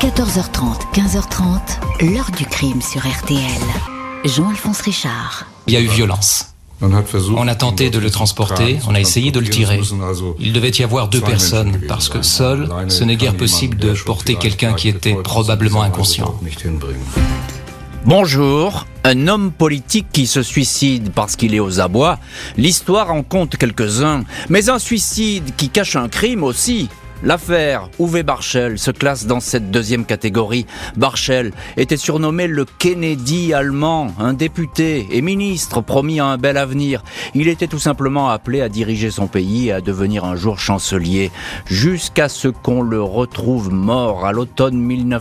14h30, 15h30, l'heure du crime sur RTL. Jean-Alphonse Richard. Il y a eu violence. On a tenté de le transporter, on a essayé de le tirer. Il devait y avoir 2 personnes, parce que seul, ce n'est guère possible de porter quelqu'un qui était probablement inconscient. Bonjour, un homme politique qui se suicide parce qu'il est aux abois, l'histoire en compte quelques-uns, mais un suicide qui cache un crime aussi. L'affaire Uwe Barschel se classe dans cette deuxième catégorie. Barschel était surnommé le Kennedy allemand, un député et ministre promis à un bel avenir. Il était tout simplement appelé à diriger son pays et à devenir un jour chancelier, jusqu'à ce qu'on le retrouve mort à l'automne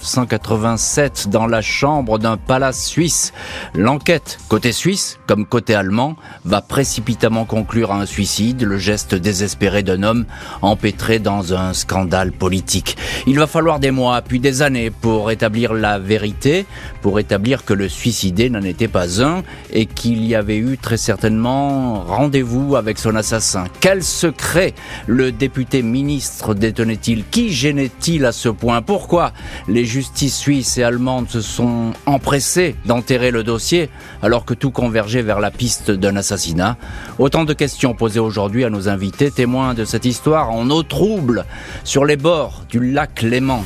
1987 dans la chambre d'un palace suisse. L'enquête, côté suisse comme côté allemand, va précipitamment conclure à un suicide, le geste désespéré d'un homme empêtré dans un scandale politique. Il va falloir des mois, puis des années pour établir la vérité, pour établir que le suicidé n'en était pas un et qu'il y avait eu très certainement rendez-vous avec son assassin. Quel secret le député ministre détenait-il? Qui gênait-il à ce point? Pourquoi les justices suisses et allemandes se sont empressées d'enterrer le dossier alors que tout convergeait vers la piste d'un assassinat? Autant de questions posées aujourd'hui à nos invités, témoins de cette histoire en eau trouble sur les bords du lac Léman.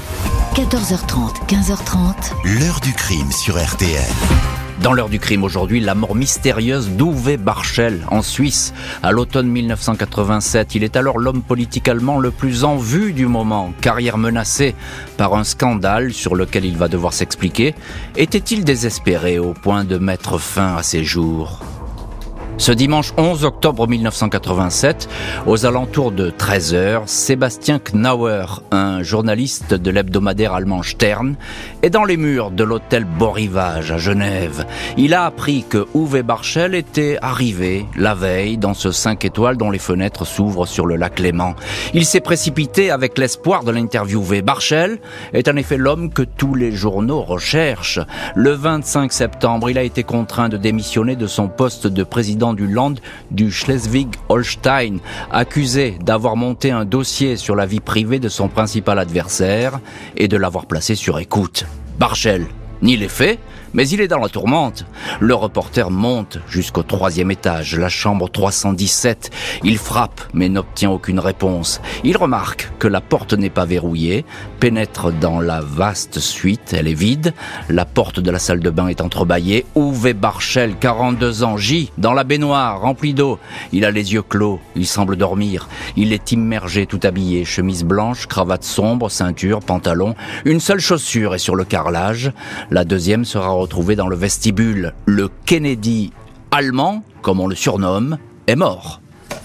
14h30, 15h30. L'heure du crime sur RTL. Dans l'heure du crime aujourd'hui, la mort mystérieuse d'Uwe Barschel en Suisse à l'automne 1987. Il est alors l'homme politique allemand le plus en vue du moment, carrière menacée par un scandale sur lequel il va devoir s'expliquer. Était-il désespéré au point de mettre fin à ses jours ? Ce dimanche 11 octobre 1987, aux alentours de 13h, Sébastien Knauer, un journaliste de l'hebdomadaire allemand Stern, est dans les murs de l'hôtel Beau Rivage à Genève. Il a appris que Uwe Barschel était arrivé la veille dans ce 5 étoiles dont les fenêtres s'ouvrent sur le lac Léman. Il s'est précipité avec l'espoir de l'interviewer. Barschel est en effet l'homme que tous les journaux recherchent. Le 25 septembre, il a été contraint de démissionner de son poste de président du Land du Schleswig-Holstein, accusé d'avoir monté un dossier sur la vie privée de son principal adversaire et de l'avoir placé sur écoute. Barschel nie les faits, mais il est dans la tourmente. Le reporter monte jusqu'au 3e étage, la chambre 317. Il frappe, mais n'obtient aucune réponse. Il remarque que la porte n'est pas verrouillée, pénètre dans la vaste suite, elle est vide. La porte de la salle de bain est entrebâillée. Uwe Barschel, 42 ans, gît dans la baignoire, remplie d'eau. Il a les yeux clos, il semble dormir. Il est immergé, tout habillé, chemise blanche, cravate sombre, ceinture, pantalon. Une seule chaussure est sur le carrelage. La deuxième sera retrouvée dans le vestibule. Le Kennedy allemand, comme on le surnomme, est mort.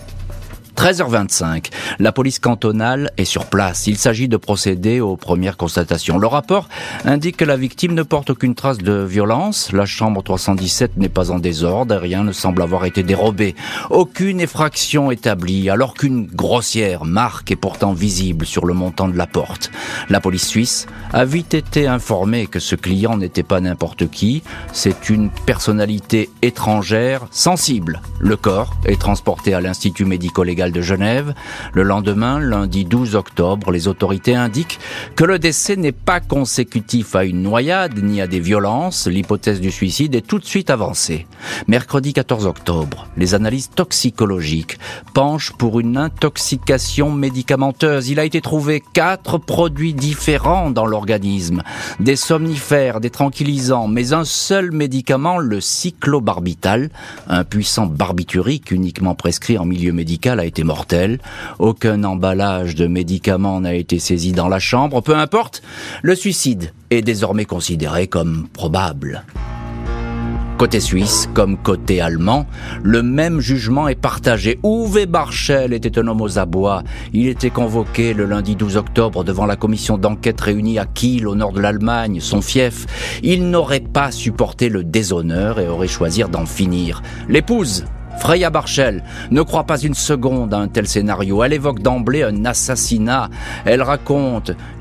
13h25, la police cantonale est sur place. Il s'agit de procéder aux premières constatations. Le rapport indique que la victime ne porte aucune trace de violence. La chambre 317 n'est pas en désordre et rien ne semble avoir été dérobé. Aucune effraction établie, alors qu'une grossière marque est pourtant visible sur le montant de la porte. La police suisse a vite été informée que ce client n'était pas n'importe qui. C'est une personnalité étrangère sensible. Le corps est transporté à l'Institut médico-légal de Genève. Le lendemain, lundi 12 octobre, les autorités indiquent que le décès n'est pas consécutif à une noyade ni à des violences. L'hypothèse du suicide est tout de suite avancée. Mercredi 14 octobre, les analyses toxicologiques penchent pour une intoxication médicamenteuse. Il a été trouvé 4 produits différents dans l'organisme. Des somnifères, des tranquillisants, mais un seul médicament, le cyclobarbital, un puissant barbiturique uniquement prescrit en milieu médical, a été mortel. Aucun emballage de médicaments n'a été saisi dans la chambre. Peu importe, le suicide est désormais considéré comme probable. Côté suisse, comme côté allemand, le même jugement est partagé. Uwe Barschel était un homme aux abois. Il était convoqué le lundi 12 octobre devant la commission d'enquête réunie à Kiel, au nord de l'Allemagne, son fief. Il n'aurait pas supporté le déshonneur et aurait choisi d'en finir. L'épouse Freya Barschel ne croit pas une seconde à un tel scénario. Elle évoque d'emblée un assassinat. Elle raconte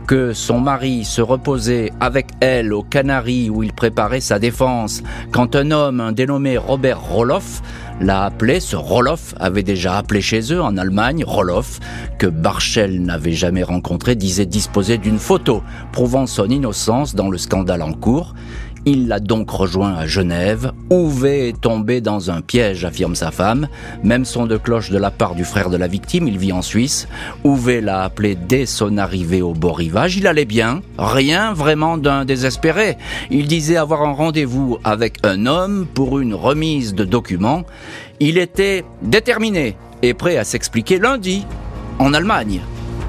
que son mari se reposait avec elle aux Canaries où il préparait sa défense, quand un homme dénommé Robert Roloff l'a appelé. Ce Roloff avait déjà appelé chez eux en Allemagne. Roloff, que Barschel n'avait jamais rencontré, disait disposer d'une photo prouvant son innocence dans le scandale en cours. Il l'a donc rejoint à Genève. Uwe est tombé dans un piège, affirme sa femme. Même son de cloche de la part du frère de la victime, il vit en Suisse. Uwe l'a appelé dès son arrivée au beau rivage. Il allait bien, rien vraiment d'un désespéré. Il disait avoir un rendez-vous avec un homme pour une remise de documents. Il était déterminé et prêt à s'expliquer lundi, en Allemagne.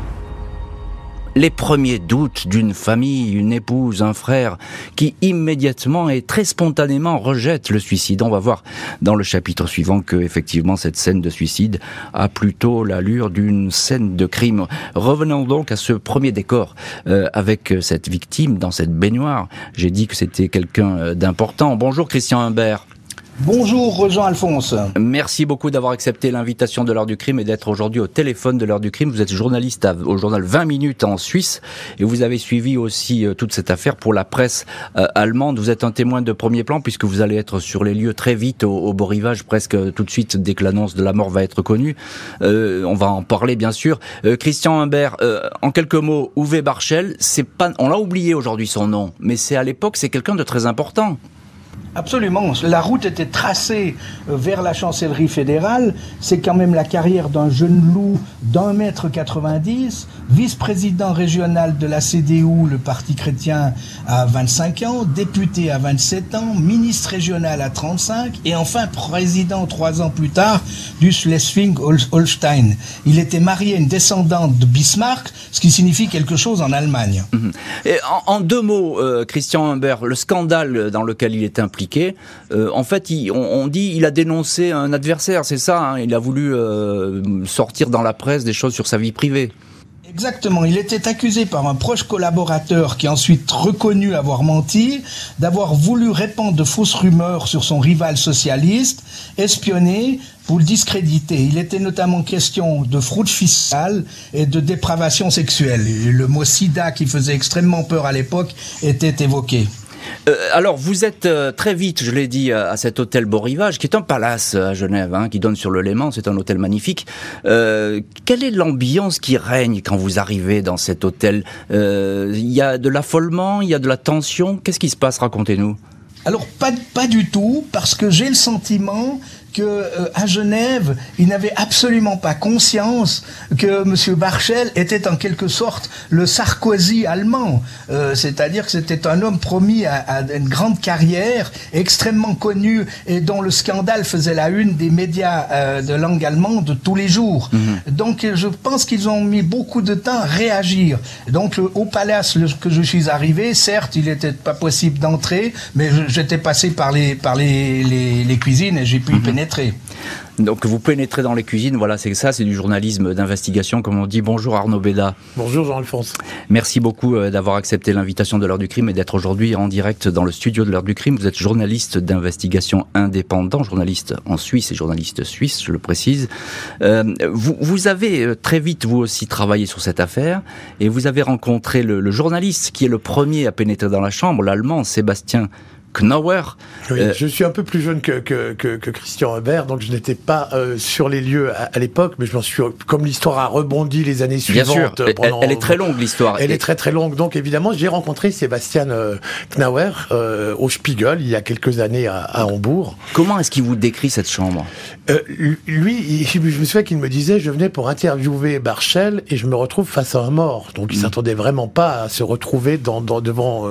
Les premiers doutes d'une famille, une épouse, un frère, qui immédiatement et très spontanément rejette le suicide. On va voir dans le chapitre suivant que, effectivement, cette scène de suicide a plutôt l'allure d'une scène de crime. Revenons donc à ce premier décor avec cette victime dans cette baignoire. J'ai dit que c'était quelqu'un d'important. Bonjour Christian Humbert. Bonjour Jean-Alphonse. Merci beaucoup d'avoir accepté l'invitation de l'heure du crime et d'être aujourd'hui au téléphone de l'heure du crime. Vous êtes journaliste au journal 20 minutes en Suisse et vous avez suivi aussi toute cette affaire pour la presse allemande. Vous êtes un témoin de premier plan puisque vous allez être sur les lieux très vite au beau rivage, presque tout de suite dès que l'annonce de la mort va être connue. On va en parler bien sûr. Christian Humbert, en quelques mots, Uwe Barschel, on l'a oublié aujourd'hui son nom, mais à l'époque c'est quelqu'un de très important. Absolument. La route était tracée vers la chancellerie fédérale. C'est quand même la carrière d'un jeune loup d'1,90 m, vice-président régional de la CDU, le Parti chrétien, à 25 ans, député à 27 ans, ministre régional à 35 et enfin président 3 ans plus tard du Schleswig-Holstein. Il était marié à une descendante de Bismarck, ce qui signifie quelque chose en Allemagne. Et en deux mots, Christian Humbert, le scandale dans lequel il est impliqué, en fait, on dit il a dénoncé un adversaire, c'est ça, hein, il a voulu sortir dans la presse des choses sur sa vie privée. Exactement, il était accusé par un proche collaborateur qui a ensuite reconnu avoir menti, d'avoir voulu répandre de fausses rumeurs sur son rival socialiste, espionner pour le discréditer. Il était notamment question de fraude fiscale et de dépravation sexuelle. Et le mot sida, qui faisait extrêmement peur à l'époque, était évoqué. Alors, vous êtes très vite, je l'ai dit, à cet hôtel Beau Rivage, qui est un palace à Genève, hein, qui donne sur le Léman, c'est un hôtel magnifique. Quelle est l'ambiance qui règne quand vous arrivez dans cet hôtel ? Il y a de l'affolement, il y a de la tension, qu'est-ce qui se passe ? Racontez-nous. Alors, pas du tout, parce que j'ai le sentiment que à Genève, il n'avait absolument pas conscience que M. Barschel était en quelque sorte le Sarkozy allemand. C'est-à-dire que c'était un homme promis à une grande carrière, extrêmement connu et dont le scandale faisait la une des médias de langue allemande tous les jours. Donc je pense qu'ils ont mis beaucoup de temps à réagir. Donc au palace que je suis arrivé, certes, il n'était pas possible d'entrer, mais j'étais passé par les cuisines et j'ai pu y pénétrer. Donc vous pénétrez dans les cuisines, voilà, c'est ça, c'est du journalisme d'investigation, comme on dit. Bonjour Arnaud Béda. Bonjour Jean-Alphonse. Merci beaucoup d'avoir accepté l'invitation de l'heure du crime et d'être aujourd'hui en direct dans le studio de l'heure du crime. Vous êtes journaliste d'investigation indépendant, journaliste en Suisse et journaliste suisse, je le précise. Vous avez très vite, vous aussi, travaillé sur cette affaire et vous avez rencontré le journaliste qui est le premier à pénétrer dans la chambre, l'Allemand Sébastien Knauer. Oui, je suis un peu plus jeune que Christian Humbert, donc je n'étais pas sur les lieux à l'époque, mais je m'en suis, comme l'histoire a rebondi les années suivantes. Bien sûr, elle est très longue l'histoire. Elle est très très longue, donc évidemment j'ai rencontré Sébastien Knauer au Spiegel il y a quelques années à Hambourg. Comment est-ce qu'il vous décrit cette chambre ? Lui, je me souviens qu'il me disait, je venais pour interviewer Barschel et je me retrouve face à un mort. Donc il s'attendait vraiment pas à se retrouver devant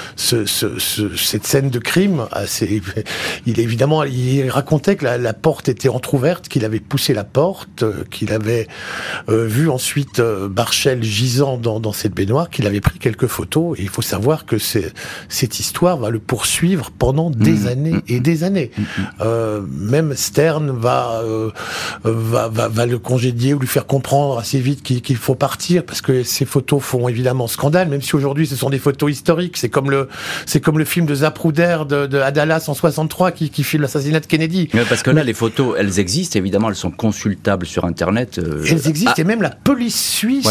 cette scène de crime. Il racontait que la porte était entrouverte, qu'il avait poussé la porte, qu'il avait vu ensuite Barschel gisant dans cette baignoire, qu'il avait pris quelques photos. Et il faut savoir que cette histoire va le poursuivre pendant des années et des années. Même Stern va le congédier ou lui faire comprendre assez vite qu'il faut partir, parce que ces photos font évidemment scandale, même si aujourd'hui ce sont des photos historiques. C'est comme le film de Zapruder helicoptère à Dallas en 63 qui filme l'assassinat de Kennedy. Mais parce que là, les photos, elles existent, évidemment, elles sont consultables sur Internet. Elles existent, et même la police suisse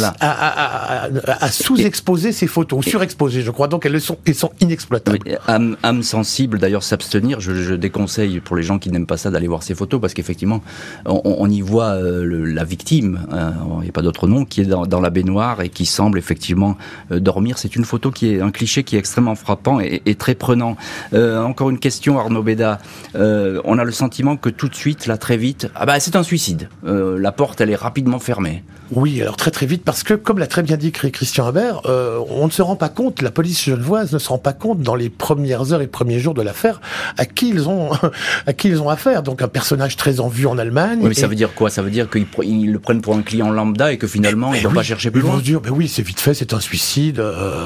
a sous-exposé ces photos, ou surexposé, je crois, donc elles sont inexploitables. Oui, âme sensible, d'ailleurs, s'abstenir, je déconseille pour les gens qui n'aiment pas ça d'aller voir ces photos, parce qu'effectivement, on y voit la victime, il n'y a pas d'autre nom, qui est dans la baignoire et qui semble effectivement dormir. C'est une photo qui est un cliché qui est extrêmement frappant et très prenant. Encore une question, Arnaud Béda. On a le sentiment que tout de suite, là, très vite, c'est un suicide. La porte, elle est rapidement fermée. Oui, alors très vite, parce que, comme l'a très bien dit Christian Imbert, on ne se rend pas compte, la police genevoise ne se rend pas compte dans les premières heures et premiers jours de l'affaire à qui ils ont affaire. Donc un personnage très en vue en Allemagne. Oui, mais ça veut dire quoi? Ça veut dire qu'ils le prennent pour un client lambda et que finalement ils ne vont pas chercher plus loin. Ils vont se dire, oui, c'est vite fait, c'est un suicide,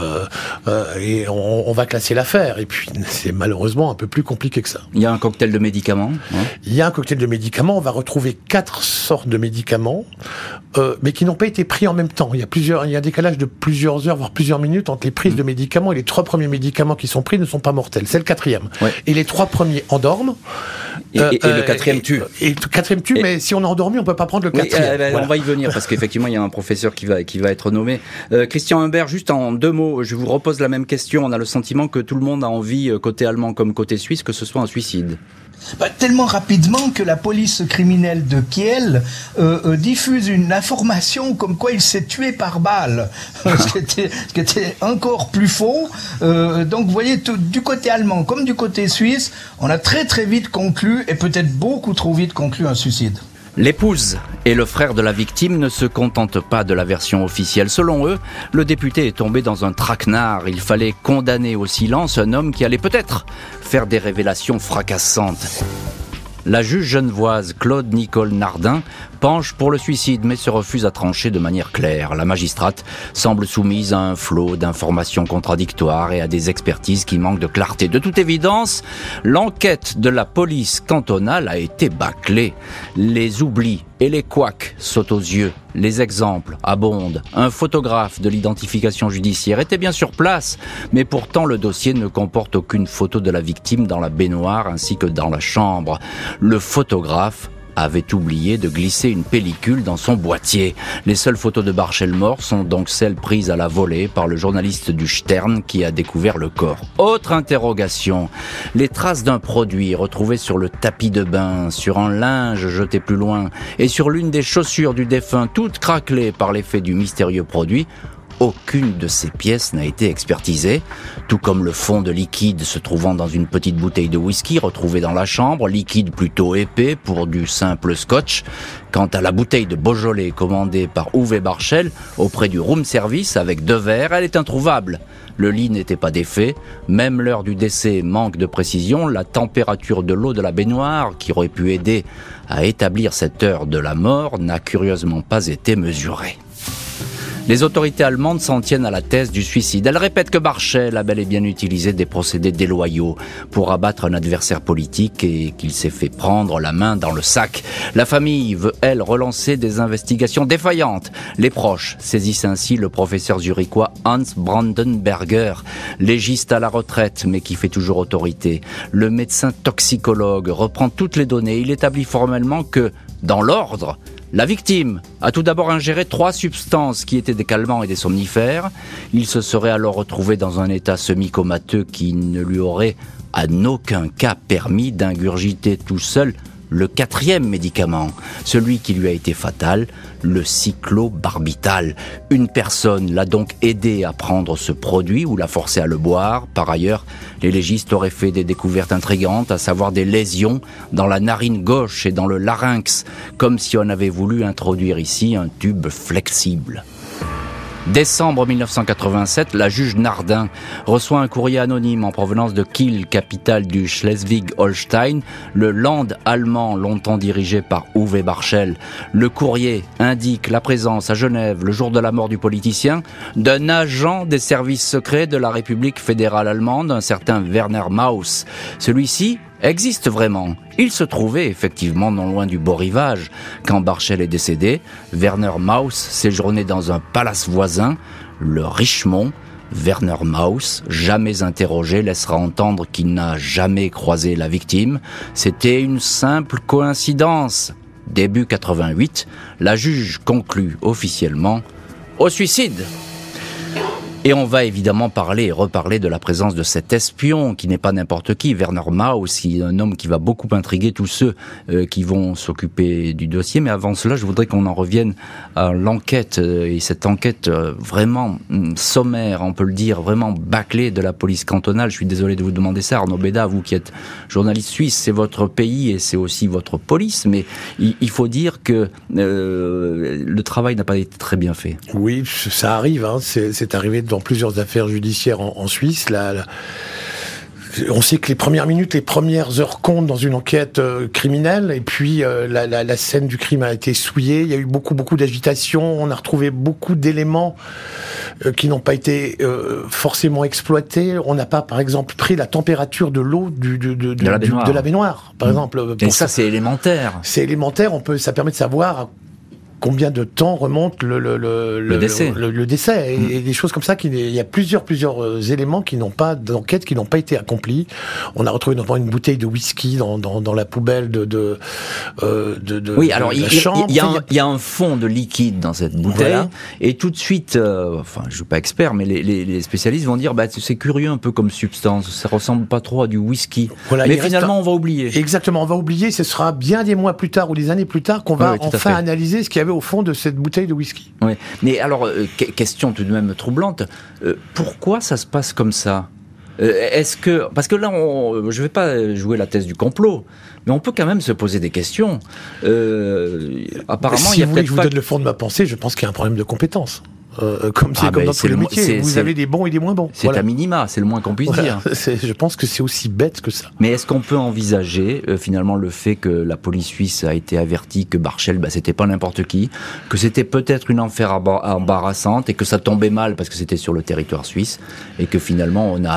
et on va classer l'affaire. Et puis c'est malheureusement un peu plus compliqué que ça. Il y a un cocktail de médicaments. Il y a un cocktail de médicaments. On va retrouver 4 sortes de médicaments, mais qui n'ont pas été pris en même temps. Il y a un décalage de plusieurs heures, voire plusieurs minutes entre les prises de médicaments, et les 3 premiers médicaments qui sont pris ne sont pas mortels. C'est le 4e. Ouais. Et les 3 premiers endorment. Et le 4e tue. Et le 4e tue, mais si on a endormi, on peut pas prendre le 4e. Voilà. On va y venir, parce qu'effectivement, il y a un professeur qui va être nommé. Christian Imbert, juste en 2 mots, je vous repose la même question. On a le sentiment que tout le monde a envie, côté allemand comme côté suisse, que ce soit un suicide. Tellement rapidement que la police criminelle de Kiel diffuse une information comme quoi il s'est tué par balle, ce qui était encore plus faux. Donc vous voyez, du côté allemand comme du côté suisse, on a très très vite conclu, et peut-être beaucoup trop vite conclu, un suicide. L'épouse et le frère de la victime ne se contentent pas de la version officielle. Selon eux, le député est tombé dans un traquenard. Il fallait condamner au silence un homme qui allait peut-être faire des révélations fracassantes. La juge genevoise Claude Nicole Nardin penche pour le suicide, mais se refuse à trancher de manière claire. La magistrate semble soumise à un flot d'informations contradictoires et à des expertises qui manquent de clarté. De toute évidence, l'enquête de la police cantonale a été bâclée. Les oublis et les couacs sautent aux yeux. Les exemples abondent. Un photographe de l'identification judiciaire était bien sur place, mais pourtant le dossier ne comporte aucune photo de la victime dans la baignoire ainsi que dans la chambre. Le photographe avait oublié de glisser une pellicule dans son boîtier. Les seules photos de Barchel mort sont donc celles prises à la volée par le journaliste du Stern qui a découvert le corps. Autre interrogation, les traces d'un produit retrouvé sur le tapis de bain, sur un linge jeté plus loin et sur l'une des chaussures du défunt, toutes craquelées par l'effet du mystérieux produit. Aucune de ces pièces n'a été expertisée, tout comme le fond de liquide se trouvant dans une petite bouteille de whisky retrouvée dans la chambre, liquide plutôt épais pour du simple scotch. Quant à la bouteille de Beaujolais commandée par Uwe Barchel auprès du room service avec 2 verres, elle est introuvable. Le lit n'était pas défait, même l'heure du décès manque de précision, la température de l'eau de la baignoire, qui aurait pu aider à établir cette heure de la mort, n'a curieusement pas été mesurée. Les autorités allemandes s'en tiennent à la thèse du suicide. Elles répètent que Barchel a bel et bien utilisé des procédés déloyaux pour abattre un adversaire politique et qu'il s'est fait prendre la main dans le sac. La famille veut, elle, relancer des investigations défaillantes. Les proches saisissent ainsi le professeur zurichois Hans Brandenberger, légiste à la retraite mais qui fait toujours autorité. Le médecin toxicologue reprend toutes les données. Il établit formellement que, dans l'ordre, la victime a tout d'abord ingéré 3 substances qui étaient des calmants et des somnifères. Il se serait alors retrouvé dans un état semi-comateux qui ne lui aurait en aucun cas permis d'ingurgiter tout seul le 4e médicament, celui qui lui a été fatal, le cyclobarbital. Une personne l'a donc aidé à prendre ce produit ou l'a forcé à le boire. Par ailleurs, les légistes auraient fait des découvertes intrigantes, à savoir des lésions dans la narine gauche et dans le larynx, comme si on avait voulu introduire ici un tube flexible. Décembre 1987, la juge Nardin reçoit un courrier anonyme en provenance de Kiel, capitale du Schleswig-Holstein, le Land allemand longtemps dirigé par Uwe Barchel. Le courrier indique la présence à Genève, le jour de la mort du politicien, d'un agent des services secrets de la République fédérale allemande, un certain Werner Mauss. Celui-ci existe vraiment. Il se trouvait effectivement non loin du beau rivage. Quand Barchel est décédé, Werner Mauss séjournait dans un palace voisin, le Richemont, Werner Maus, jamais interrogé, laissera entendre qu'il n'a jamais croisé la victime. C'était une simple coïncidence. Début 88, la juge conclut officiellement au suicide. Et on va évidemment parler et reparler de la présence de cet espion qui n'est pas n'importe qui, Werner Maus, qui est un homme qui va beaucoup intriguer tous ceux qui vont s'occuper du dossier. Mais avant cela, je voudrais qu'on en revienne à l'enquête, et cette enquête vraiment sommaire, on peut le dire, vraiment bâclée de la police cantonale. Je suis désolé de vous demander ça, Arnaud Béda, vous qui êtes journaliste suisse, c'est votre pays et c'est aussi votre police, mais il faut dire que le travail n'a pas été très bien fait. Oui, ça arrive, hein. C'est arrivé dans plusieurs affaires judiciaires en Suisse. On sait que les premières minutes, les premières heures comptent dans une enquête criminelle, et puis la scène du crime a été souillée. Il y a eu beaucoup d'agitation. On a retrouvé beaucoup d'éléments qui n'ont pas été forcément exploités. On n'a pas, par exemple, pris la température de l'eau de la baignoire, par exemple. Et ça, c'est élémentaire. C'est élémentaire. Ça permet de savoir combien de temps remonte le décès. Le décès et des choses comme ça. Il y a plusieurs éléments qui n'ont pas d'enquête, qui n'ont pas été accomplis. On a retrouvé notamment une bouteille de whisky dans la poubelle de oui, alors la chambre. Il y a un fond de liquide dans cette bouteille, voilà. Et tout de suite, enfin, je suis pas expert, mais les spécialistes vont dire, c'est curieux un peu comme substance, ça ressemble pas trop à du whisky. Voilà, mais finalement, on va oublier. Exactement, on va oublier. Ce sera bien des mois plus tard ou des années plus tard qu'on va enfin analyser ce qu'il y avait au fond de cette bouteille de whisky. Oui, mais alors, question tout de même troublante, pourquoi ça se passe comme ça ? Est-ce que... Parce que là, je ne vais pas jouer la thèse du complot, mais on peut quand même se poser des questions. Apparemment, il y a peut-être je vous donne le fond de ma pensée, je pense qu'il y a un problème de compétence. Comme dans tous les métiers, vous avez des bons et des moins bons. C'est à minima, c'est le moins qu'on puisse dire. Je pense que c'est aussi bête que ça. Mais est-ce qu'on peut envisager finalement le fait que la police suisse a été avertie que Barschel, c'était pas n'importe qui, que c'était peut-être une affaire embarrassante et que ça tombait mal parce que c'était sur le territoire suisse et que finalement on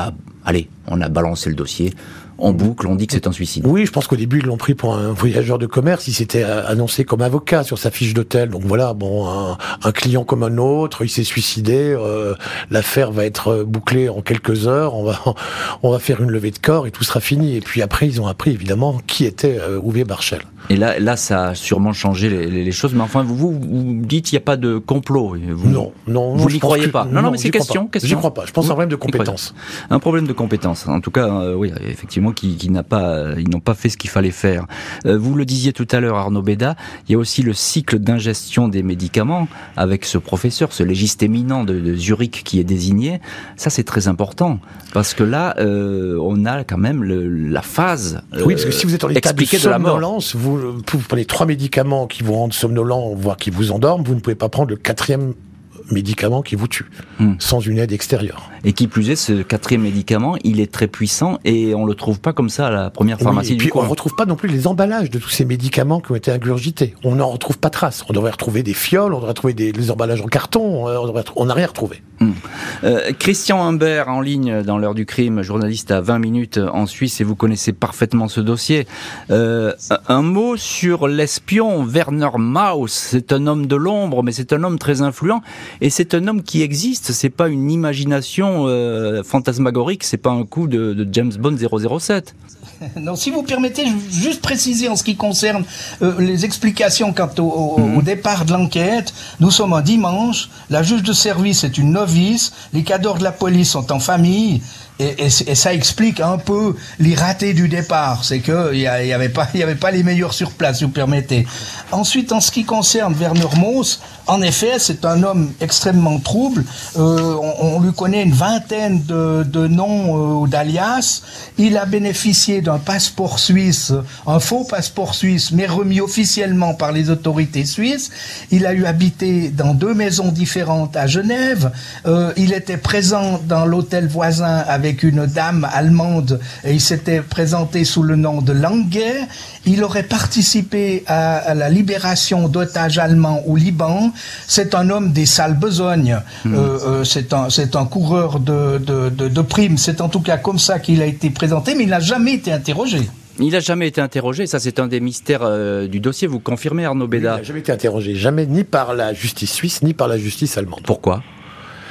a balancé le dossier en boucle, on dit que c'est un suicide. Oui, je pense qu'au début, ils l'ont pris pour un voyageur de commerce. Il s'était annoncé comme avocat sur sa fiche d'hôtel. Donc voilà, un client comme un autre, il s'est suicidé. L'affaire va être bouclée en quelques heures. On va faire une levée de corps et tout sera fini. Et puis après, ils ont appris évidemment qui était Uwe Barschel. Et là, ça a sûrement changé les choses. Mais enfin, vous dites qu'il n'y a pas de complot. Non. Vous n'y croyez pas. Non, mais c'est question. J'y crois pas. Je pense à un problème de compétence. Un problème de compétence. En tout cas, oui, effectivement, ils n'ont pas fait ce qu'il fallait faire. Vous le disiez tout à l'heure, Arnaud Béda, il y a aussi le cycle d'ingestion des médicaments avec ce professeur, ce légiste éminent de Zurich qui est désigné. Ça, c'est très important parce que là, on a quand même la phase. Oui, parce que si vous êtes en état de somnolence, vous prenez 3 médicaments qui vous rendent somnolent, voire qui vous endorment, vous ne pouvez pas prendre le 4e médicament qui vous tue, sans une aide extérieure. Et qui plus est, ce 4e médicament, il est très puissant et on le trouve pas comme ça à la première pharmacie du coin. On retrouve pas non plus les emballages de tous ces médicaments qui ont été ingurgités. On n'en retrouve pas trace. On devrait retrouver des fioles, on devrait trouver les emballages en carton, on n'a rien retrouvé. Christian Humbert en ligne dans l'heure du crime, journaliste à 20 minutes en Suisse et vous connaissez parfaitement ce dossier. Un mot sur l'espion Werner Maus. C'est un homme de l'ombre, mais c'est un homme très influent et c'est un homme qui existe. C'est pas une imagination fantasmagorique, c'est pas un coup de James Bond 007. Non, si vous permettez, je veux juste préciser en ce qui concerne les explications quant au départ de l'enquête. Nous sommes un dimanche, la juge de service est une novice, les cadres de la police sont en famille. Et ça explique un peu les ratés du départ, c'est que il y avait pas les meilleurs sur place, si vous permettez. Ensuite, en ce qui concerne Werner Maus, en effet, c'est un homme extrêmement trouble. On lui connaît une vingtaine de noms d'alias. Il a bénéficié d'un passeport suisse, un faux passeport suisse, mais remis officiellement par les autorités suisses. Il a eu habité dans 2 maisons différentes à Genève. Il était présent dans l'hôtel voisin avec une dame allemande et il s'était présenté sous le nom de Langer. Il aurait participé à la libération d'otages allemands au Liban. C'est un homme des sales besognes. C'est un coureur de primes. C'est en tout cas comme ça qu'il a été présenté, mais il n'a jamais été interrogé. Il n'a jamais été interrogé, ça c'est un des mystères du dossier, vous confirmez Arnaud Béda ? Il n'a jamais été interrogé, jamais, ni par la justice suisse, ni par la justice allemande. Pourquoi ?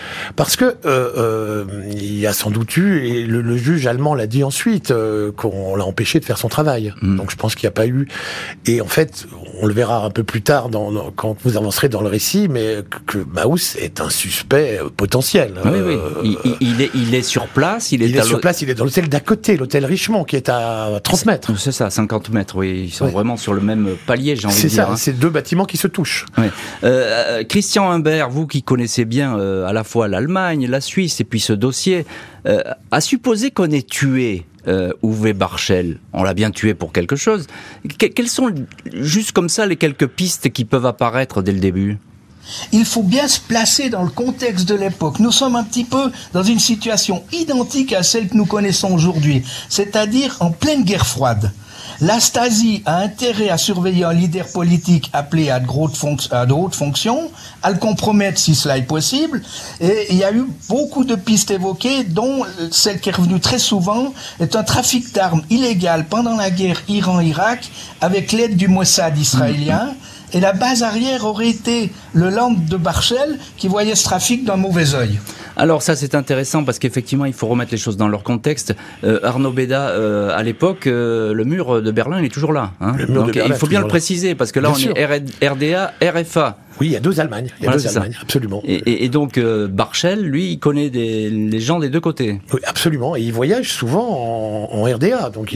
Parce que il y a sans doute eu, et le juge allemand l'a dit ensuite, qu'on l'a empêché de faire son travail. Donc je pense qu'il n'y a pas eu... Et en fait, on le verra un peu plus tard quand vous avancerez dans le récit, mais que Mauss est un suspect potentiel. Oui. Il est sur place. Il est sur place, il est dans l'hôtel d'à côté, l'hôtel Richemont, qui est à 30 mètres. C'est ça, 50 mètres, oui. Ils sont vraiment sur le même palier, j'ai envie de dire. C'est ça, c'est deux bâtiments qui se touchent. Oui. Christian Humbert, vous qui connaissez bien à la fois l'Allemagne, la Suisse et puis ce dossier, à supposer qu'on ait tué Uwe Barschel, on l'a bien tué pour quelque chose. Quelles sont, juste comme ça, les quelques pistes qui peuvent apparaître dès le début ? Il faut bien se placer dans le contexte de l'époque. Nous sommes un petit peu dans une situation identique à celle que nous connaissons aujourd'hui, c'est-à-dire en pleine guerre froide. La Stasi a intérêt à surveiller un leader politique appelé à de hautes fonctions, à le compromettre si cela est possible, et il y a eu beaucoup de pistes évoquées, dont celle qui est revenue très souvent est un trafic d'armes illégal pendant la guerre Iran-Irak avec l'aide du Mossad israélien. Et la base arrière aurait été le land de Barschel qui voyait ce trafic d'un mauvais œil. Alors ça c'est intéressant parce qu'effectivement il faut remettre les choses dans leur contexte. Arnaud Béda, à l'époque, le mur de Berlin il est toujours là. Hein. Donc il faut bien le préciser parce que là on est RDA, RFA. Oui, il y a deux Allemagnes. Absolument. Et donc Barschel, lui, il connaît les gens des deux côtés. Oui, absolument. Et il voyage souvent en RDA. Donc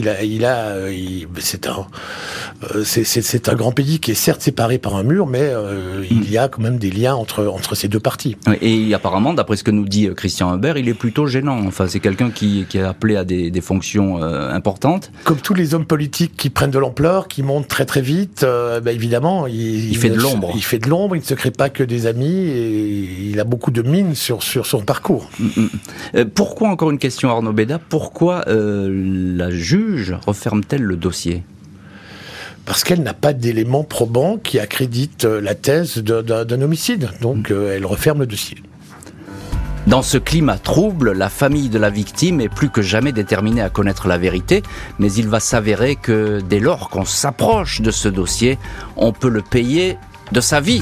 c'est un grand pays qui est certes séparé par un mur, mais il y a quand même des liens entre ces deux parties. Et apparemment, d'après ce que nous dit Christian Humbert, il est plutôt gênant. Enfin, c'est quelqu'un qui est appelé à des fonctions importantes. Comme tous les hommes politiques qui prennent de l'ampleur, qui montent très très vite, évidemment, il fait de l'ombre. Il fait de l'ombre. Il ne se crée pas que des amis et il a beaucoup de mines sur son parcours. Pourquoi, encore une question Arnaud Béda, pourquoi la juge referme-t-elle le dossier ? Parce qu'elle n'a pas d'éléments probants qui accréditent la thèse d'un homicide. Donc elle referme le dossier. Dans ce climat trouble, la famille de la victime est plus que jamais déterminée à connaître la vérité, mais il va s'avérer que dès lors qu'on s'approche de ce dossier, on peut le payer de sa vie.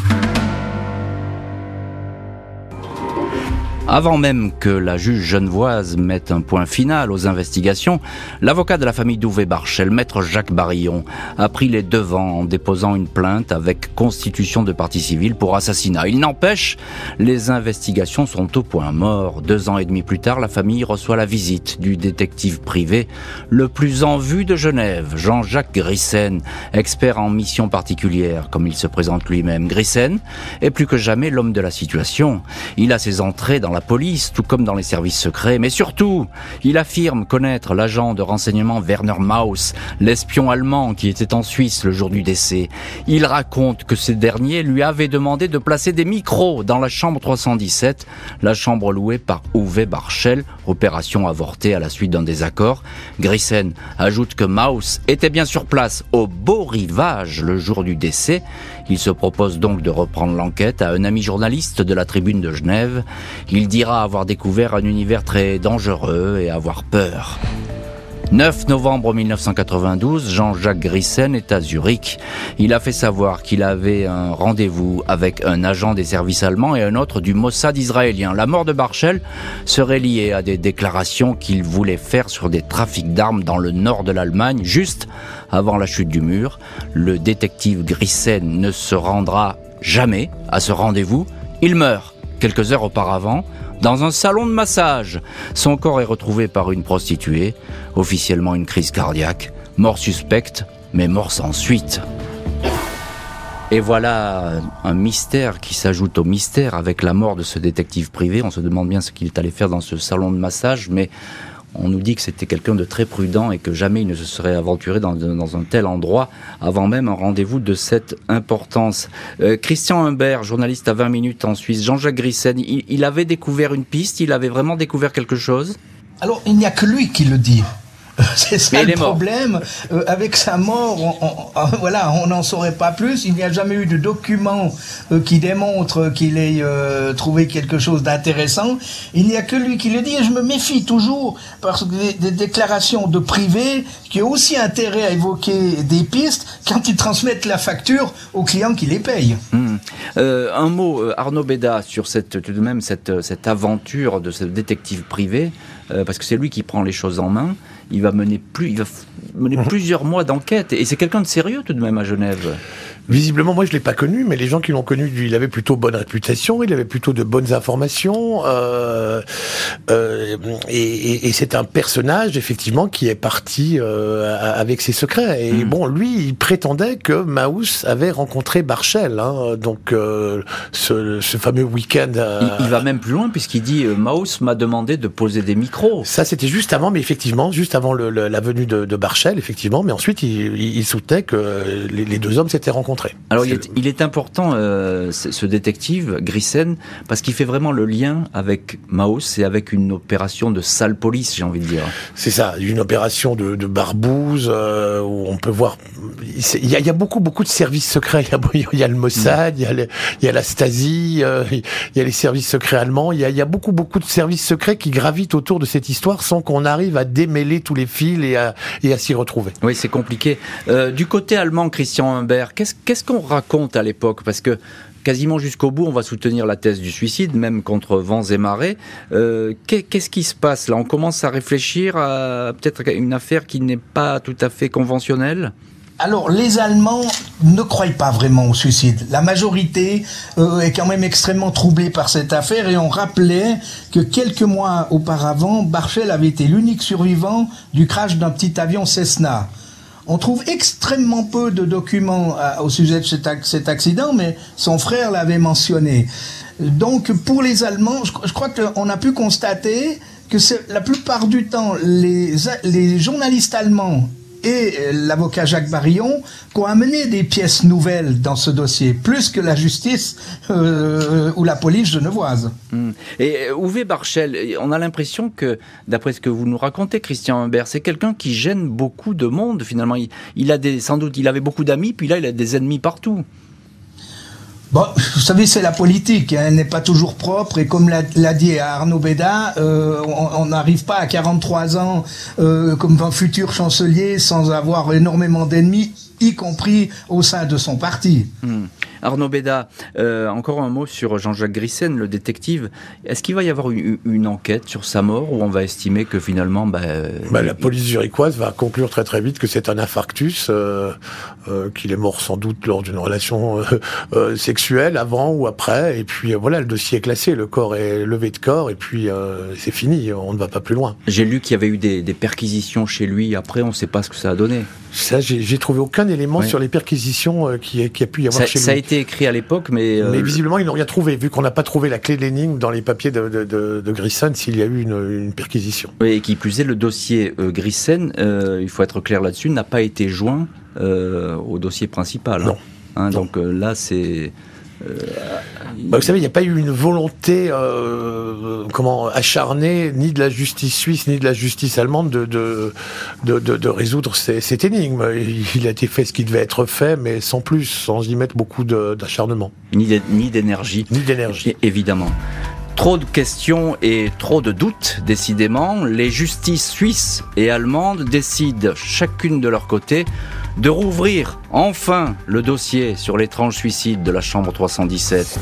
Avant même que la juge genevoise mette un point final aux investigations, l'avocat de la famille d'Uwe Barschel, maître Jacques Barillon, a pris les devants en déposant une plainte avec constitution de partie civile pour assassinat. Il n'empêche, les investigations sont au point mort. 2 ans et demi plus tard, la famille reçoit la visite du détective privé le plus en vue de Genève, Jean-Jacques Grissen, expert en mission particulière, comme il se présente lui-même. Grissen est plus que jamais l'homme de la situation. Il a ses entrées dans la police, tout comme dans les services secrets, mais surtout, il affirme connaître l'agent de renseignement Werner Mauss, l'espion allemand qui était en Suisse le jour du décès. Il raconte que ce dernier lui avait demandé de placer des micros dans la chambre 317, la chambre louée par Uwe Barschel, opération avortée à la suite d'un désaccord. Grissen ajoute que Mauss était bien sur place au Beau Rivage le jour du décès. Il se propose donc de reprendre l'enquête à un ami journaliste de la Tribune de Genève. Il dira avoir découvert un univers très dangereux et avoir peur. 9 novembre 1992, Jean-Jacques Grissen est à Zurich. Il a fait savoir qu'il avait un rendez-vous avec un agent des services allemands et un autre du Mossad israélien. La mort de Barschel serait liée à des déclarations qu'il voulait faire sur des trafics d'armes dans le nord de l'Allemagne, juste avant la chute du mur. Le détective Grissen ne se rendra jamais à ce rendez-vous. Il meurt quelques heures auparavant dans un salon de massage. Son corps est retrouvé par une prostituée, officiellement une crise cardiaque, mort suspecte, mais mort sans suite. Et voilà un mystère qui s'ajoute au mystère avec la mort de ce détective privé. On se demande bien ce qu'il est allé faire dans ce salon de massage, mais on nous dit que c'était quelqu'un de très prudent et que jamais il ne se serait aventuré dans un tel endroit avant même un rendez-vous de cette importance. Christian Humbert, journaliste à 20 minutes en Suisse. Jean-Jacques Grissen, il avait découvert une piste, il avait vraiment découvert quelque chose ? Alors, il n'y a que lui qui le dit. C'est ça le problème. Avec sa mort, on n'en saurait pas plus. Il n'y a jamais eu de document qui démontre qu'il ait trouvé quelque chose d'intéressant. Il n'y a que lui qui le dit, et je me méfie toujours parce que des déclarations de privés qui ont aussi intérêt à évoquer des pistes quand ils transmettent la facture aux clients qui les payent. Un mot, Arnaud Béda, sur cette aventure de ce détective privé, parce que c'est lui qui prend les choses en main. Il va mener plusieurs mois d'enquête, et c'est quelqu'un de sérieux tout de même à Genève. Visiblement, moi je l'ai pas connu, mais les gens qui l'ont connu, il avait plutôt bonne réputation, il avait plutôt de bonnes informations, et c'est un personnage effectivement qui est parti avec ses secrets. Et bon, lui, il prétendait que Mauss avait rencontré Barschel, donc ce fameux week-end. Il va même plus loin puisqu'il dit Mauss m'a demandé de poser des micros. Ça, c'était juste avant, mais effectivement, juste avant la venue de Barschel, effectivement. Mais ensuite, il soutenait que les deux hommes s'étaient rencontrés. Alors il est important ce détective Grissen parce qu'il fait vraiment le lien avec Mauss et avec une opération de sale police, j'ai envie de dire. C'est ça, une opération de barbouze où on peut voir. Il y a beaucoup de services secrets. Il y a le Mossad, il y a la Stasi, il y a les services secrets allemands. Il y a beaucoup de services secrets qui gravitent autour de cette histoire sans qu'on arrive à démêler tous les fils et à s'y retrouver. Oui, c'est compliqué. Du côté allemand, Christian Humbert, qu'est-ce qu'on raconte à l'époque ? Parce que quasiment jusqu'au bout, on va soutenir la thèse du suicide, même contre vents et marées. Qu'est-ce qui se passe là ? On commence à réfléchir à peut-être une affaire qui n'est pas tout à fait conventionnelle ? Alors, les Allemands ne croient pas vraiment au suicide. La majorité est quand même extrêmement troublée par cette affaire, et on rappelait que quelques mois auparavant, Barschel avait été l'unique survivant du crash d'un petit avion Cessna. On trouve extrêmement peu de documents au sujet de cet accident, mais son frère l'avait mentionné. Donc, pour les Allemands, je crois qu'on a pu constater que la plupart du temps, les journalistes allemands et l'avocat Jacques Barillon qui ont amené des pièces nouvelles dans ce dossier, plus que la justice ou la police genevoise. Et Uwe Barschel, on a l'impression que, d'après ce que vous nous racontez, Christian Humbert, c'est quelqu'un qui gêne beaucoup de monde, finalement. Il avait beaucoup d'amis, puis là, il a des ennemis partout. Bon, vous savez, c'est la politique, elle n'est pas toujours propre, et comme l'a dit Arnaud Béda, on n'arrive pas à 43 ans comme un futur chancelier sans avoir énormément d'ennemis, y compris au sein de son parti. Arnaud Béda, encore un mot sur Jean-Jacques Grissen, le détective. Est-ce qu'il va y avoir une enquête sur sa mort, ou on va estimer que finalement... la police zurichoise va conclure très très vite que c'est un infarctus, qu'il est mort sans doute lors d'une relation sexuelle, avant ou après, et puis voilà, le dossier est classé, le corps est levé de corps, et puis c'est fini, on ne va pas plus loin. J'ai lu qu'il y avait eu des perquisitions chez lui, après on ne sait pas ce que ça a donné. Ça, j'ai trouvé aucun élément sur les perquisitions qui a pu y avoir chez lui. Ça a été écrit à l'époque, mais visiblement ils n'ont rien trouvé, vu qu'on n'a pas trouvé la clé de l'énigme dans les papiers de Grissen s'il y a eu une perquisition. Oui, et qui plus est, le dossier Grissen, il faut être clair là-dessus, n'a pas été joint au dossier principal. Non. Donc là, c'est... vous savez, il n'y a pas eu une volonté acharnée ni de la justice suisse ni de la justice allemande de résoudre cette énigme. Il a été fait ce qui devait être fait, mais sans plus, sans y mettre beaucoup d'acharnement. Ni d'énergie. Ni d'énergie. Évidemment. Trop de questions et trop de doutes, décidément. Les justices suisses et allemandes décident, chacune de leur côté, de rouvrir enfin le dossier sur l'étrange suicide de la chambre 317.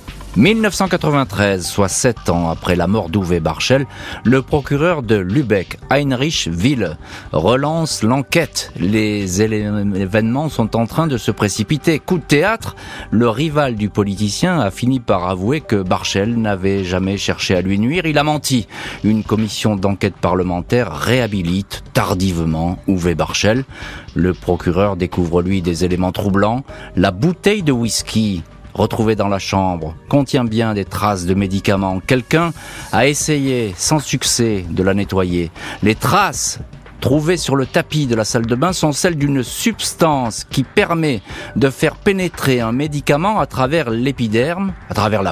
1993, soit 7 ans après la mort d'Uwe Barschel, le procureur de Lübeck, Heinrich Wille, relance l'enquête. Les événements sont en train de se précipiter. Coup de théâtre, le rival du politicien a fini par avouer que Barschel n'avait jamais cherché à lui nuire, il a menti. Une commission d'enquête parlementaire réhabilite tardivement Uwe Barschel. Le procureur découvre lui des éléments troublants. La bouteille de whisky retrouvée dans la chambre contient bien des traces de médicaments. Quelqu'un a essayé, sans succès, de la nettoyer. Les traces trouvées sur le tapis de la salle de bain sont celles d'une substance qui permet de faire pénétrer un médicament à travers l'épiderme, à travers la peau,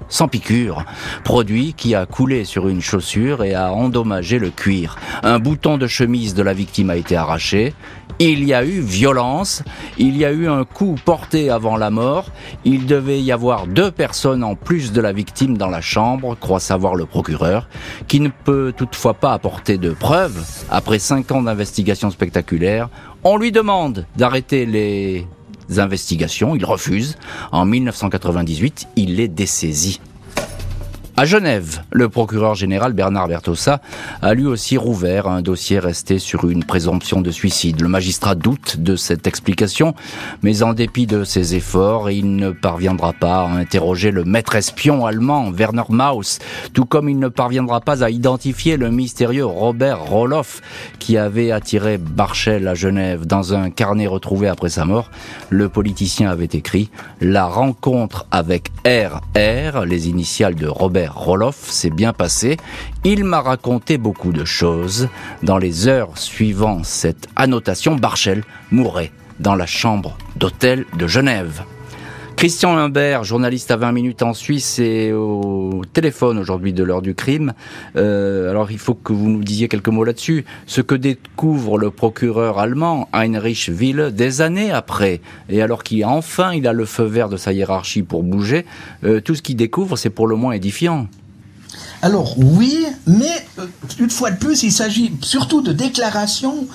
sans piqûre. Produit qui a coulé sur une chaussure et a endommagé le cuir. Un bouton de chemise de la victime a été arraché. Il y a eu violence, il y a eu un coup porté avant la mort, il devait y avoir 2 personnes en plus de la victime dans la chambre, croit savoir le procureur, qui ne peut toutefois pas apporter de preuves. Après 5 ans d'investigation spectaculaire, on lui demande d'arrêter les investigations, il refuse. En 1998, il est dessaisi. À Genève, le procureur général Bernard Bertossa a lui aussi rouvert un dossier resté sur une présomption de suicide. Le magistrat doute de cette explication, mais en dépit de ses efforts, il ne parviendra pas à interroger le maître espion allemand Werner Mauss, tout comme il ne parviendra pas à identifier le mystérieux Robert Roloff qui avait attiré Barschel à Genève. Dans un carnet retrouvé après sa mort, le politicien avait écrit « La rencontre avec RR », les initiales de Robert Roloff, s'est bien passé. Il m'a raconté beaucoup de choses. Dans les heures suivant cette annotation, Barschel mourrait dans la chambre d'hôtel de Genève. Christian Humbert, journaliste à 20 minutes en Suisse, est au téléphone aujourd'hui de l'heure du crime. Alors il faut que vous nous disiez quelques mots là-dessus. Ce que découvre le procureur allemand, Heinrich Will, des années après, et alors qu'il a le feu vert de sa hiérarchie pour bouger, tout ce qu'il découvre, c'est pour le moins édifiant. Alors oui, mais une fois de plus, il s'agit surtout de déclarations.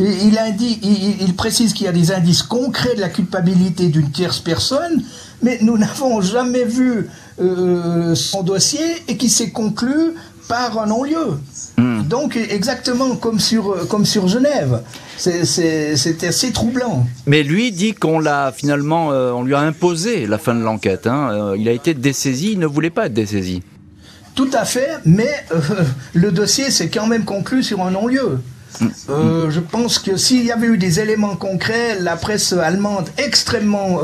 Il précise qu'il y a des indices concrets de la culpabilité d'une tierce personne, mais nous n'avons jamais vu son dossier et qui s'est conclu par un non-lieu. Donc exactement comme sur Genève, c'était assez troublant. Mais lui dit qu'on l'a finalement, on lui a imposé la fin de l'enquête. Il a été dessaisi, il ne voulait pas être dessaisi. Tout à fait, mais le dossier s'est quand même conclu sur un non-lieu. Je pense que s'il y avait eu des éléments concrets, la presse allemande extrêmement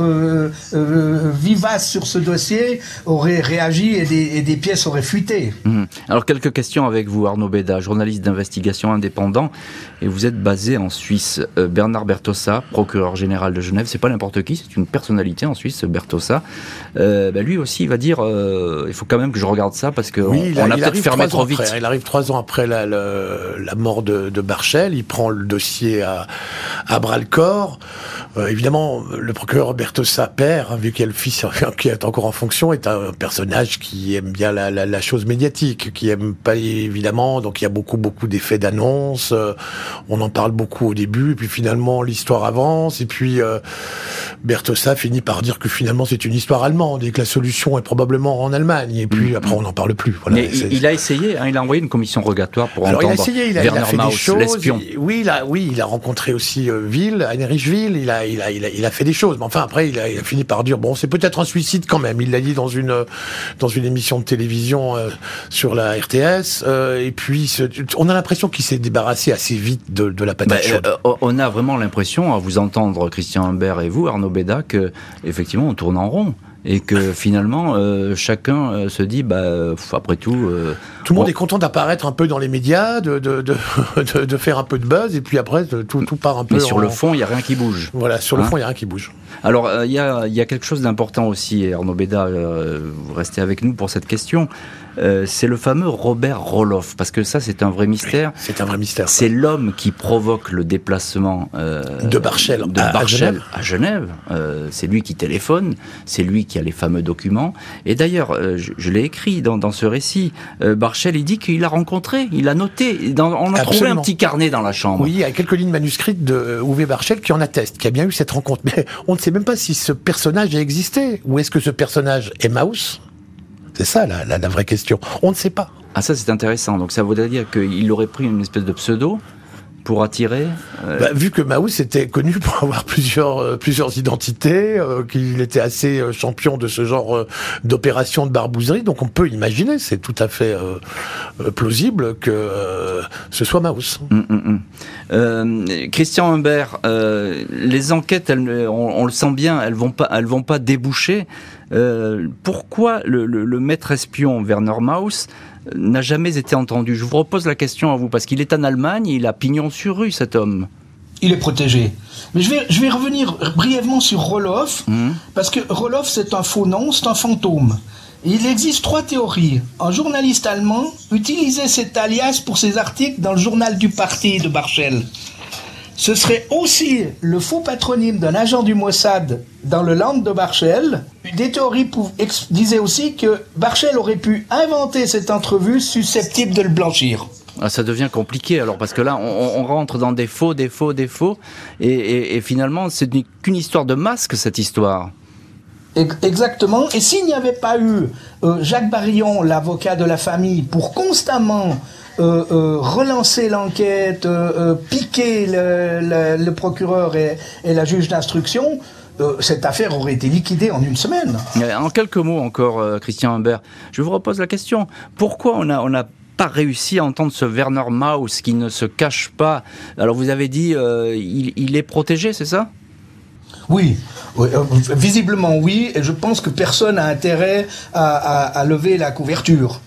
vivace sur ce dossier aurait réagi et des pièces auraient fuité. Alors quelques questions avec vous, Arnaud Béda, journaliste d'investigation indépendant, et vous êtes basé en Suisse. Bernard Bertossa, procureur général de Genève, c'est pas n'importe qui, c'est une personnalité en Suisse, Bertossa. Lui aussi, il va dire, il faut quand même que je regarde ça parce que on a peut-être fermé trop vite. Il arrive 3 ans après la mort de Barschel, il prend le dossier à bras-le-corps. Évidemment, le procureur Bertossa père, vu qu'il y a le fils qui est encore en fonction, est un personnage qui aime bien la chose médiatique, qui aime pas évidemment, donc il y a beaucoup d'effets d'annonce, on en parle beaucoup au début, et puis finalement l'histoire avance, et puis Bertossa finit par dire que finalement c'est une histoire allemande, et que la solution est probablement en Allemagne, et puis après on n'en parle plus. Voilà. Mais il a essayé, il a envoyé une commission rogatoire pour entendre Werner Mauss, des choses, l'espion. Oui, il a rencontré aussi Heinrich Will, il a fait des choses, mais enfin après il a fini par dire bon, c'est peut-être un suicide quand même. Il l'a dit dans une émission de télévision sur la RTS, et puis on a l'impression qu'il s'est débarrassé assez vite de la patate chaude. On a vraiment l'impression, à vous entendre Christian Humbert et vous Arnaud Béda, que effectivement on tourne en rond. Et que finalement, chacun se dit, après tout... tout le monde est content d'apparaître un peu dans les médias, de faire un peu de buzz, et puis après, tout part un peu... Mais sur le fond, il n'y a rien qui bouge. Voilà, sur le fond, il n'y a rien qui bouge. Alors, il y a quelque chose d'important aussi, Arnaud Béda, vous restez avec nous pour cette question. C'est le fameux Robert Roloff, parce que ça, c'est un vrai mystère. Oui, c'est un vrai mystère. Ça. C'est l'homme qui provoque le déplacement de Barschel à Genève. C'est lui qui téléphone, c'est lui qui a les fameux documents. Et d'ailleurs, je l'ai écrit dans ce récit, Barschel, il dit qu'il a rencontré, il a noté, on a trouvé un petit carnet dans la chambre. Oui, il y a quelques lignes manuscrites de Uwe Barschel qui en attestent, qui a bien eu cette rencontre. Mais on ne sait même pas si ce personnage a existé, ou est-ce que ce personnage est Mauss ? C'est ça la vraie question. On ne sait pas. Ah, ça c'est intéressant. Donc ça voudrait dire qu'il aurait pris une espèce de pseudo pour attirer... vu que Mauss était connu pour avoir plusieurs identités, qu'il était assez champion de ce genre d'opération de barbouzerie, donc on peut imaginer, c'est tout à fait plausible que ce soit Mauss. Christian Humbert, les enquêtes, on le sent bien, elles vont pas déboucher. Pourquoi le maître espion Werner Mauss n'a jamais été entendu? Je vous repose la question à vous, parce qu'il est en Allemagne, il a pignon sur rue, cet homme. Il est protégé. Mais je vais revenir brièvement sur Roloff, parce que Roloff, c'est un faux nom, c'est un fantôme. Il existe 3 théories. Un journaliste allemand utilisait cet alias pour ses articles dans le journal du parti de Barschel. Ce serait aussi le faux patronyme d'un agent du Mossad dans le Land de Barschel. Des théories disaient aussi que Barschel aurait pu inventer cette entrevue susceptible de le blanchir. Ah, ça devient compliqué alors, parce que là on rentre dans des faux et finalement c'est qu'une histoire de masque, cette histoire. Exactement. Et s'il n'y avait pas eu Jacques Barillon, l'avocat de la famille, pour constamment relancer l'enquête, piquer le procureur et la juge d'instruction, cette affaire aurait été liquidée en une semaine. En quelques mots encore, Christian Humbert, je vous repose la question. Pourquoi on a pas réussi à entendre ce Werner Mauss qui ne se cache pas? Alors vous avez dit, il est protégé, c'est ça? Oui, visiblement oui, et je pense que personne n'a intérêt à lever la couverture.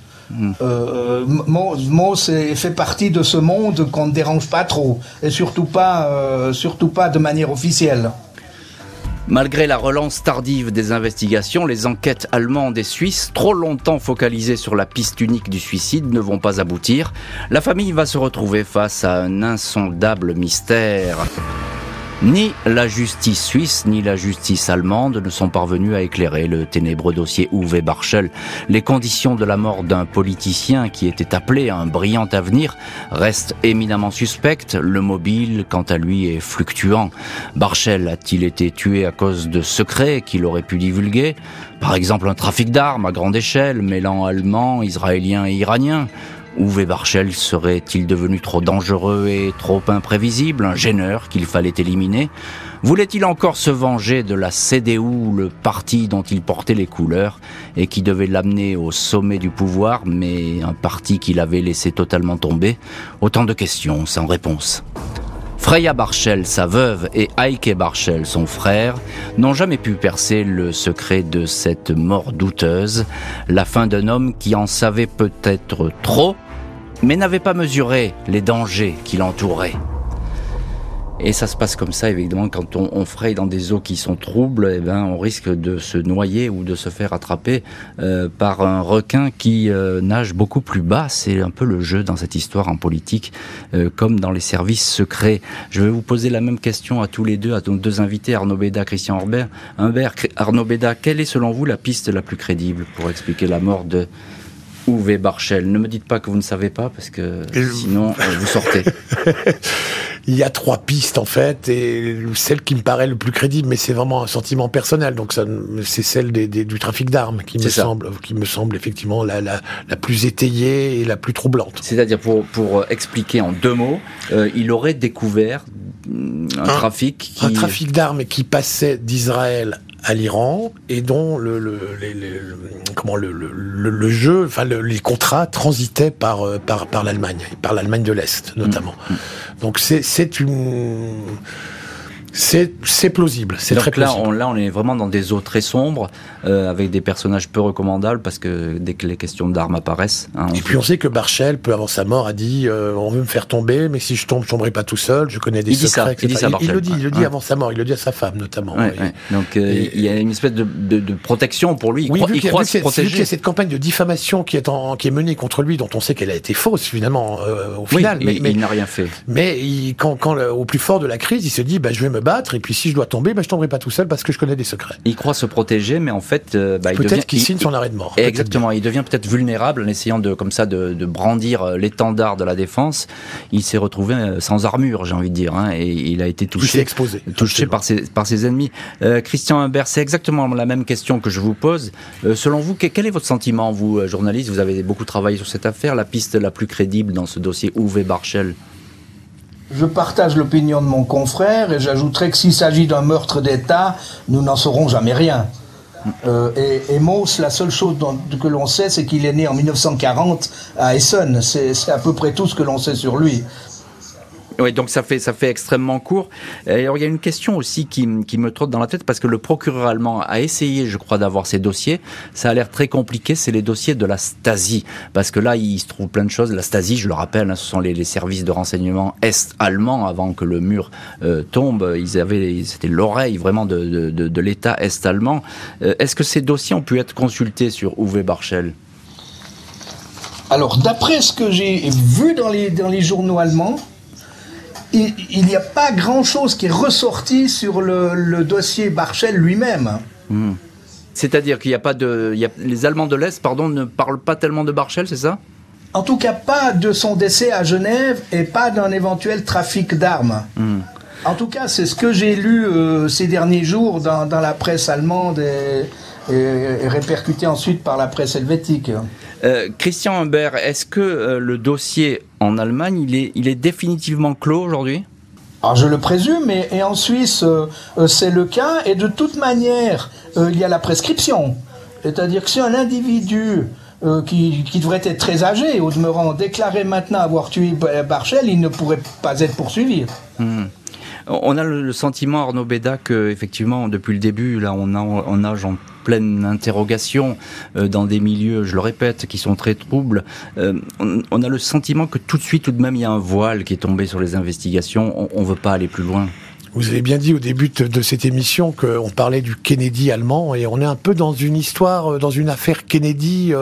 Mauss fait partie de ce monde qu'on ne dérange pas trop, et surtout pas de manière officielle. Malgré la relance tardive des investigations, les enquêtes allemandes et suisses, trop longtemps focalisées sur la piste unique du suicide, ne vont pas aboutir. La famille va se retrouver face à un insondable mystère. Ni la justice suisse, ni la justice allemande ne sont parvenus à éclairer le ténébreux dossier Uwe Barschel. Les conditions de la mort d'un politicien qui était appelé à un brillant avenir restent éminemment suspectes. Le mobile, quant à lui, est fluctuant. Barschel a-t-il été tué à cause de secrets qu'il aurait pu divulguer ? Par exemple, un trafic d'armes à grande échelle, mêlant Allemands, Israéliens et Iraniens. Uwe Barschel serait-il devenu trop dangereux et trop imprévisible, un gêneur qu'il fallait éliminer? Voulait-il encore se venger de la CDU, le parti dont il portait les couleurs et qui devait l'amener au sommet du pouvoir, mais un parti qu'il avait laissé totalement tomber? Autant de questions sans réponse. Freya Barschel, sa veuve, et Heike Barschel, son frère, n'ont jamais pu percer le secret de cette mort douteuse, la fin d'un homme qui en savait peut-être trop, mais n'avait pas mesuré les dangers qui l'entouraient. Et ça se passe comme ça, évidemment, quand on fraye dans des eaux qui sont troubles, on risque de se noyer ou de se faire attraper par un requin qui nage beaucoup plus bas. C'est un peu le jeu dans cette histoire en politique, comme dans les services secrets. Je vais vous poser la même question à tous les deux, à nos deux invités, Arnaud Béda, Christian Humbert. Arnaud Béda, quelle est selon vous la piste la plus crédible pour expliquer la mort de Uwe Barschel? Ne me dites pas que vous ne savez pas, parce que sinon vous sortez. Il y a 3 pistes en fait, et celle qui me paraît le plus crédible, mais c'est vraiment un sentiment personnel, donc c'est celle du trafic d'armes qui me semble effectivement la plus étayée et la plus troublante. C'est-à-dire, pour expliquer en 2 mots, il aurait découvert un trafic d'armes qui passait d'Israël à l'Iran, et dont les contrats transitaient par l'Allemagne, par l'Allemagne de l'Est notamment. Donc c'est plausible, c'est donc très plausible. Là, on est vraiment dans des eaux très sombres, avec des personnages peu recommandables, parce que dès que les questions d'armes apparaissent... Puis on sait que Barschel, peu avant sa mort, a dit on veut me faire tomber, mais si je tombe, je tomberai pas tout seul, je connais des secrets. Il le dit avant sa mort, il le dit à sa femme notamment. Ouais. Donc il y a une espèce de protection pour lui, il croit se protéger. Vu qu'il y a cette campagne de diffamation qui est menée contre lui, dont on sait qu'elle a été fausse finalement, au final. Mais il n'a rien fait. Mais quand au plus fort de la crise, il se dit je vais me battre, et puis si je dois tomber, je tomberai pas tout seul parce que je connais des secrets. Il croit se protéger, mais en fait, peut-être qu'il signe son arrêt de mort. Exactement, il devient peut-être vulnérable en essayant de brandir l'étendard de la défense. Il s'est retrouvé sans armure, j'ai envie de dire, et il a été touché par ses ennemis. Christian Humbert, c'est exactement la même question que je vous pose. Selon vous, quel est votre sentiment, vous, journaliste? Vous avez beaucoup travaillé sur cette affaire. La piste la plus crédible dans ce dossier Uwe Barschel? Je partage l'opinion de mon confrère, et j'ajouterais que s'il s'agit d'un meurtre d'État, nous n'en saurons jamais rien. Et Mauss, la seule chose que l'on sait, c'est qu'il est né en 1940 à Essen. C'est à peu près tout ce que l'on sait sur lui. Oui, donc ça fait extrêmement court. Alors, il y a une question aussi qui me trotte dans la tête, parce que le procureur allemand a essayé, je crois, d'avoir ces dossiers. Ça a l'air très compliqué, c'est les dossiers de la Stasi. Parce que là, il se trouve plein de choses. La Stasi, je le rappelle, ce sont les services de renseignement est-allemands. Avant que le mur tombe, c'était l'oreille vraiment de l'État est-allemand. Est-ce que ces dossiers ont pu être consultés sur Uwe Barschel ? Alors, d'après ce que j'ai vu dans les journaux allemands, il n'y a pas grand-chose qui est ressorti sur le dossier Barschel lui-même. C'est-à-dire qu'il n'y a pas les Allemands de l'Est, ne parlent pas tellement de Barschel, c'est ça ? En tout cas, pas de son décès à Genève et pas d'un éventuel trafic d'armes. En tout cas, c'est ce que j'ai lu ces derniers jours dans la presse allemande et répercuté ensuite par la presse helvétique. Christian Humbert, est-ce que le dossier en Allemagne, il est définitivement clos aujourd'hui ? Alors je le présume, et en Suisse, c'est le cas. Et de toute manière, il y a la prescription. C'est-à-dire que si un individu qui devrait être très âgé, au demeurant, déclarait maintenant avoir tué Barschel, il ne pourrait pas être poursuivi. On a le sentiment, Arnaud Béda, que effectivement, depuis le début, là, on nage en pleine interrogation dans des milieux, je le répète, qui sont très troubles. On a le sentiment que tout de suite, tout de même, il y a un voile qui est tombé sur les investigations. On ne veut pas aller plus loin. Vous avez bien dit au début de cette émission qu'on parlait du Kennedy allemand, et on est un peu dans une histoire, dans une affaire Kennedy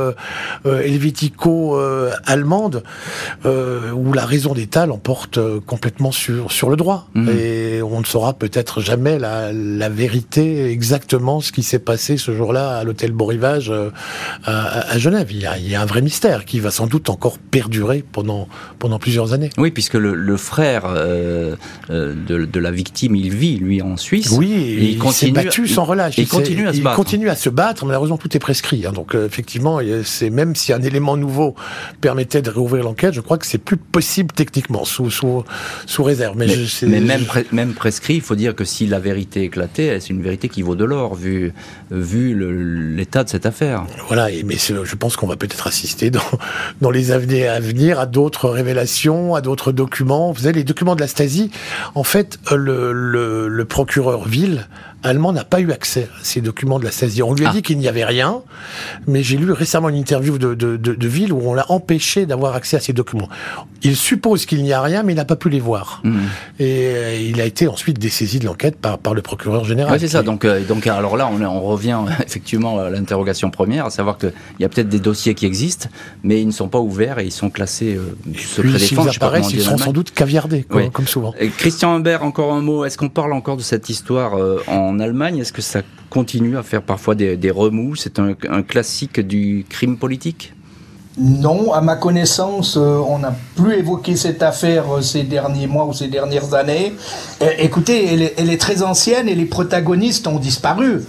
helvético-allemande, où la raison d'État l'emporte complètement sur le droit. Et on ne saura peut-être jamais la vérité exactement ce qui s'est passé ce jour-là à l'hôtel Beau Rivage à Genève. Il y a un vrai mystère qui va sans doute encore perdurer pendant plusieurs années. Oui, puisque le frère de la victime, il vit, lui, en Suisse. Oui, et il s'est battu sans relâche. Il continue à se battre. Il continue à se battre, malheureusement, tout est prescrit. Donc, effectivement, c'est même si un élément nouveau permettait de réouvrir l'enquête, je crois que c'est plus possible techniquement, sous réserve. Mais même prescrit, il faut dire que si la vérité éclatait, c'est une vérité qui vaut de l'or, vu l'état de cette affaire. Voilà, mais je pense qu'on va peut-être assister dans les années à venir à d'autres révélations, à d'autres documents. Vous savez, les documents de la Stasi, en fait, le procureur Ville allemand n'a pas eu accès à ces documents de la Stasi. On lui a dit qu'il n'y avait rien, mais j'ai lu récemment une interview de Ville où on l'a empêché d'avoir accès à ces documents. Il suppose qu'il n'y a rien, mais il n'a pas pu les voir. Et il a été ensuite dessaisi de l'enquête par le procureur général. Oui, c'est ça. Donc, alors là, on revient effectivement à l'interrogation première, à savoir qu'il y a peut-être des dossiers qui existent, mais ils ne sont pas ouverts et ils sont classés secret défense. S'ils apparaissent, ils sont sans doute caviardés, comme souvent. Christian Humbert, encore un mot. Est-ce qu'on parle encore de cette histoire en Allemagne? Est-ce que ça continue à faire parfois des remous? C'est un classique du crime politique? Non, à ma connaissance, on n'a plus évoqué cette affaire ces derniers mois ou ces dernières années. Écoutez, elle est très ancienne et les protagonistes ont disparu.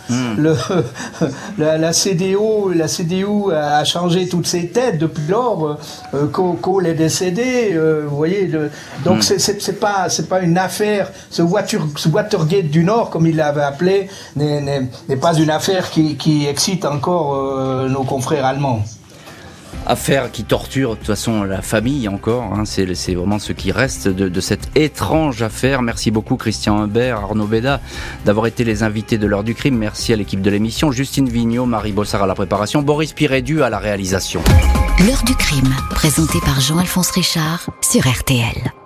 La CDU a changé toutes ses têtes depuis lors. Kohl est décédé. Vous voyez, donc c'est pas une affaire. Ce Watergate du Nord, comme il l'avait appelé, n'est pas une affaire qui excite encore nos confrères allemands. Affaire qui torture de toute façon la famille encore, c'est vraiment ce qui reste de cette étrange affaire. Merci beaucoup Christian Humbert, Arnaud Béda d'avoir été les invités de l'heure du crime. Merci à l'équipe de l'émission, Justine Vignot, Marie Bossard à la préparation, Boris Pirédu à la réalisation. L'heure du crime, présentée par Jean-Alphonse Richard sur RTL.